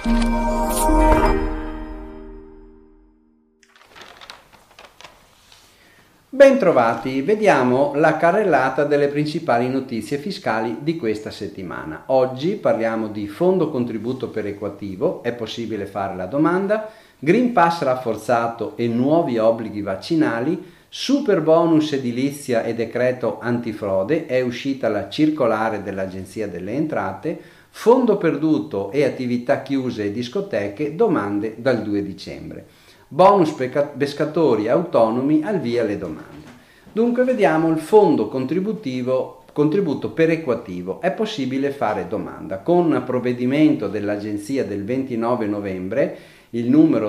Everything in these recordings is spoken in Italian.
Bentrovati, vediamo la carrellata delle principali notizie fiscali di questa settimana. Oggi parliamo di fondo contributo perequativo, è possibile fare la domanda, Green Pass rafforzato e nuovi obblighi vaccinali, super bonus edilizia e decreto antifrode, è uscita la circolare dell'Agenzia delle Entrate, fondo perduto e attività chiuse e discoteche, domande dal 2 dicembre. Bonus pescatori autonomi, al via le domande. Dunque vediamo il fondo contributo perequativo. È possibile fare domanda. Con provvedimento dell'Agenzia del 29 novembre, il numero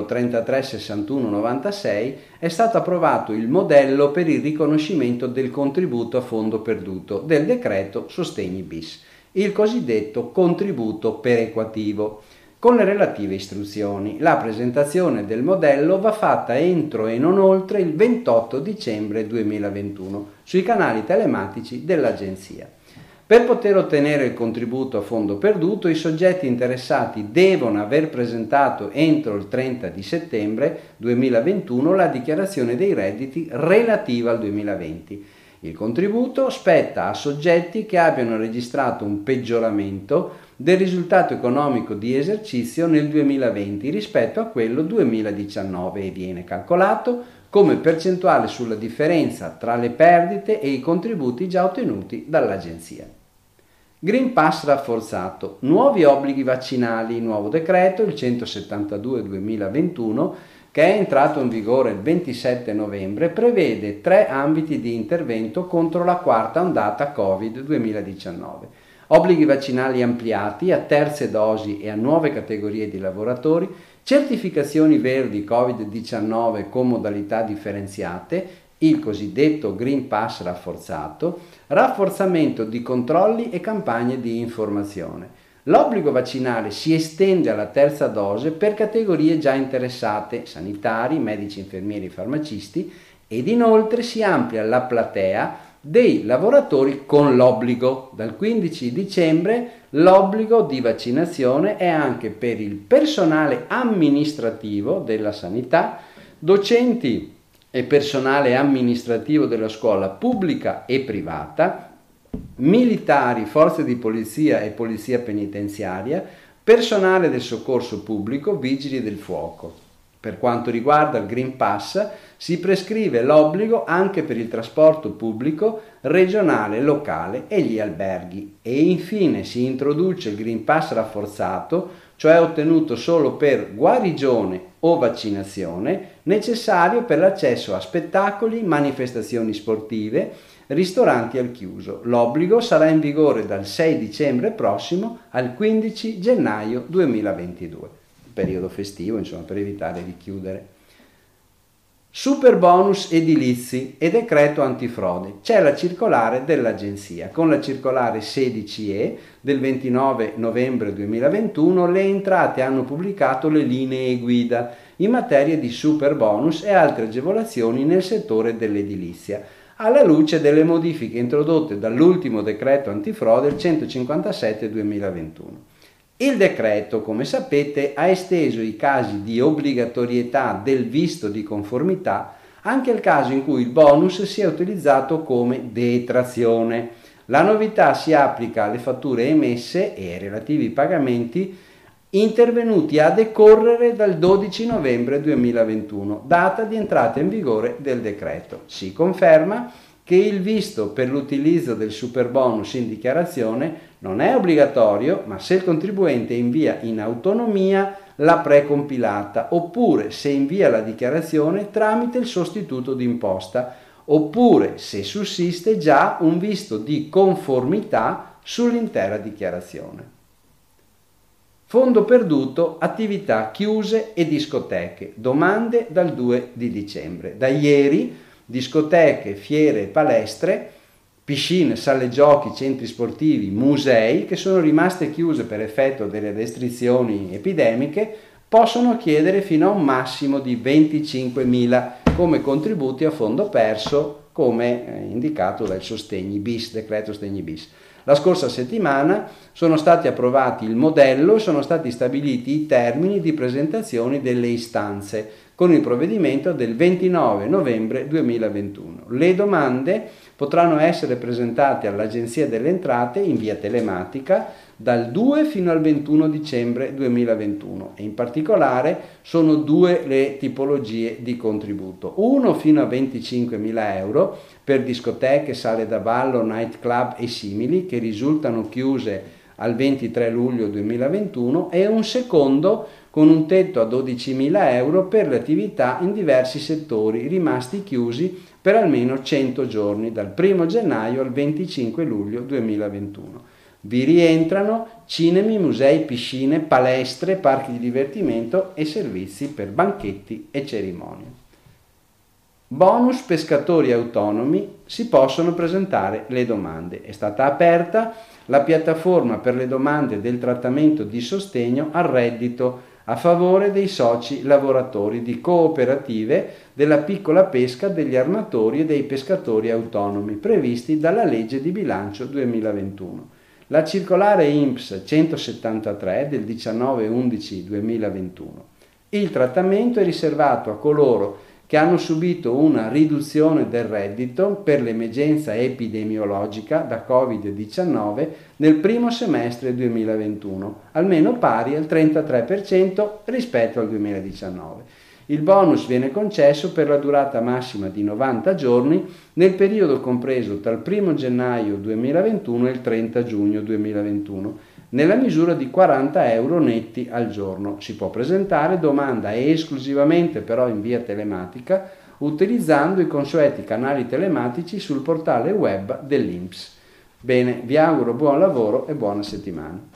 336196, è stato approvato il modello per il riconoscimento del contributo a fondo perduto del decreto Sostegni bis, il cosiddetto contributo perequativo. Con le relative istruzioni, la presentazione del modello va fatta entro e non oltre il 28 dicembre 2021 sui canali telematici dell'Agenzia. Per poter ottenere il contributo a fondo perduto, i soggetti interessati devono aver presentato entro il 30 di settembre 2021 la dichiarazione dei redditi relativa al 2020. Il contributo spetta a soggetti che abbiano registrato un peggioramento del risultato economico di esercizio nel 2020 rispetto a quello 2019 e viene calcolato come percentuale sulla differenza tra le perdite e i contributi già ottenuti dall'Agenzia. Green Pass rafforzato, nuovi obblighi vaccinali, nuovo decreto, il 172/2021, che è entrato in vigore il 27 novembre, prevede 3 ambiti di intervento contro la quarta ondata Covid 2019. Obblighi vaccinali ampliati a terze dosi e a nuove categorie di lavoratori, certificazioni verdi Covid-19 con modalità differenziate, il cosiddetto Green Pass rafforzato, rafforzamento di controlli e campagne di informazione. L'obbligo vaccinale si estende alla terza dose per categorie già interessate, sanitari, medici, infermieri, farmacisti, ed inoltre si amplia la platea dei lavoratori con l'obbligo. Dal 15 dicembre l'obbligo di vaccinazione è anche per il personale amministrativo della sanità, docenti e personale amministrativo della scuola pubblica e privata, militari, forze di polizia e polizia penitenziaria, personale del soccorso pubblico, vigili del fuoco. Per quanto riguarda il Green Pass, si prescrive l'obbligo anche per il trasporto pubblico regionale, locale e gli alberghi. E infine si introduce il Green Pass rafforzato, cioè ottenuto solo per guarigione o vaccinazione, necessario per l'accesso a spettacoli, manifestazioni sportive, ristoranti al chiuso. L'obbligo sarà in vigore dal 6 dicembre prossimo al 15 gennaio 2022. Periodo festivo, insomma, per evitare di chiudere. Super bonus edilizi e decreto antifrode. C'è la circolare dell'Agenzia. Con la circolare 16E del 29 novembre 2021 le entrate hanno pubblicato le linee guida in materia di super bonus e altre agevolazioni nel settore dell'edilizia, alla luce delle modifiche introdotte dall'ultimo decreto antifrode, il 157/2021. Il decreto, come sapete, ha esteso i casi di obbligatorietà del visto di conformità anche al caso in cui il bonus sia utilizzato come detrazione. La novità si applica alle fatture emesse e ai relativi pagamenti intervenuti a decorrere dal 12 novembre 2021, data di entrata in vigore del decreto. Si conferma che il visto per l'utilizzo del superbonus in dichiarazione non è obbligatorio, ma se il contribuente invia in autonomia la precompilata, oppure se invia la dichiarazione tramite il sostituto d'imposta, oppure se sussiste già un visto di conformità sull'intera dichiarazione. Fondo perduto, attività chiuse e discoteche. Domande dal 2 di dicembre. Da ieri discoteche, fiere e palestre, piscine, sale giochi, centri sportivi, musei che sono rimaste chiuse per effetto delle restrizioni epidemiche possono chiedere fino a un massimo di 25.000 come contributi a fondo perso, come indicato dal Sostegni bis, decreto Sostegni bis. La scorsa settimana sono stati approvati il modello e sono stati stabiliti i termini di presentazione delle istanze con il provvedimento del 29 novembre 2021. Le domande potranno essere presentate all'Agenzia delle Entrate in via telematica dal 2 fino al 21 dicembre 2021 e in particolare sono due le tipologie di contributo. Uno fino a 25.000 euro per discoteche, sale da ballo, night club e simili che risultano chiuse al 23 luglio 2021 e un secondo con un tetto a 12.000 euro per le attività in diversi settori rimasti chiusi per almeno 100 giorni dal 1 gennaio al 25 luglio 2021. Vi rientrano cinemi, musei, piscine, palestre, parchi di divertimento e servizi per banchetti e cerimonie. Bonus pescatori autonomi, si possono presentare le domande. È stata aperta la piattaforma per le domande del trattamento di sostegno al reddito a favore dei soci lavoratori di cooperative della piccola pesca, degli armatori e dei pescatori autonomi previsti dalla legge di bilancio 2021. La circolare INPS 173 del 19/11/2021. Il trattamento è riservato a coloro che hanno subito una riduzione del reddito per l'emergenza epidemiologica da Covid-19 nel primo semestre 2021, almeno pari al 33% rispetto al 2019. Il bonus viene concesso per la durata massima di 90 giorni nel periodo compreso tra il 1 gennaio 2021 e il 30 giugno 2021, nella misura di 40 euro netti al giorno. Si può presentare domanda esclusivamente però in via telematica utilizzando i consueti canali telematici sul portale web dell'INPS. Bene, vi auguro buon lavoro e buona settimana.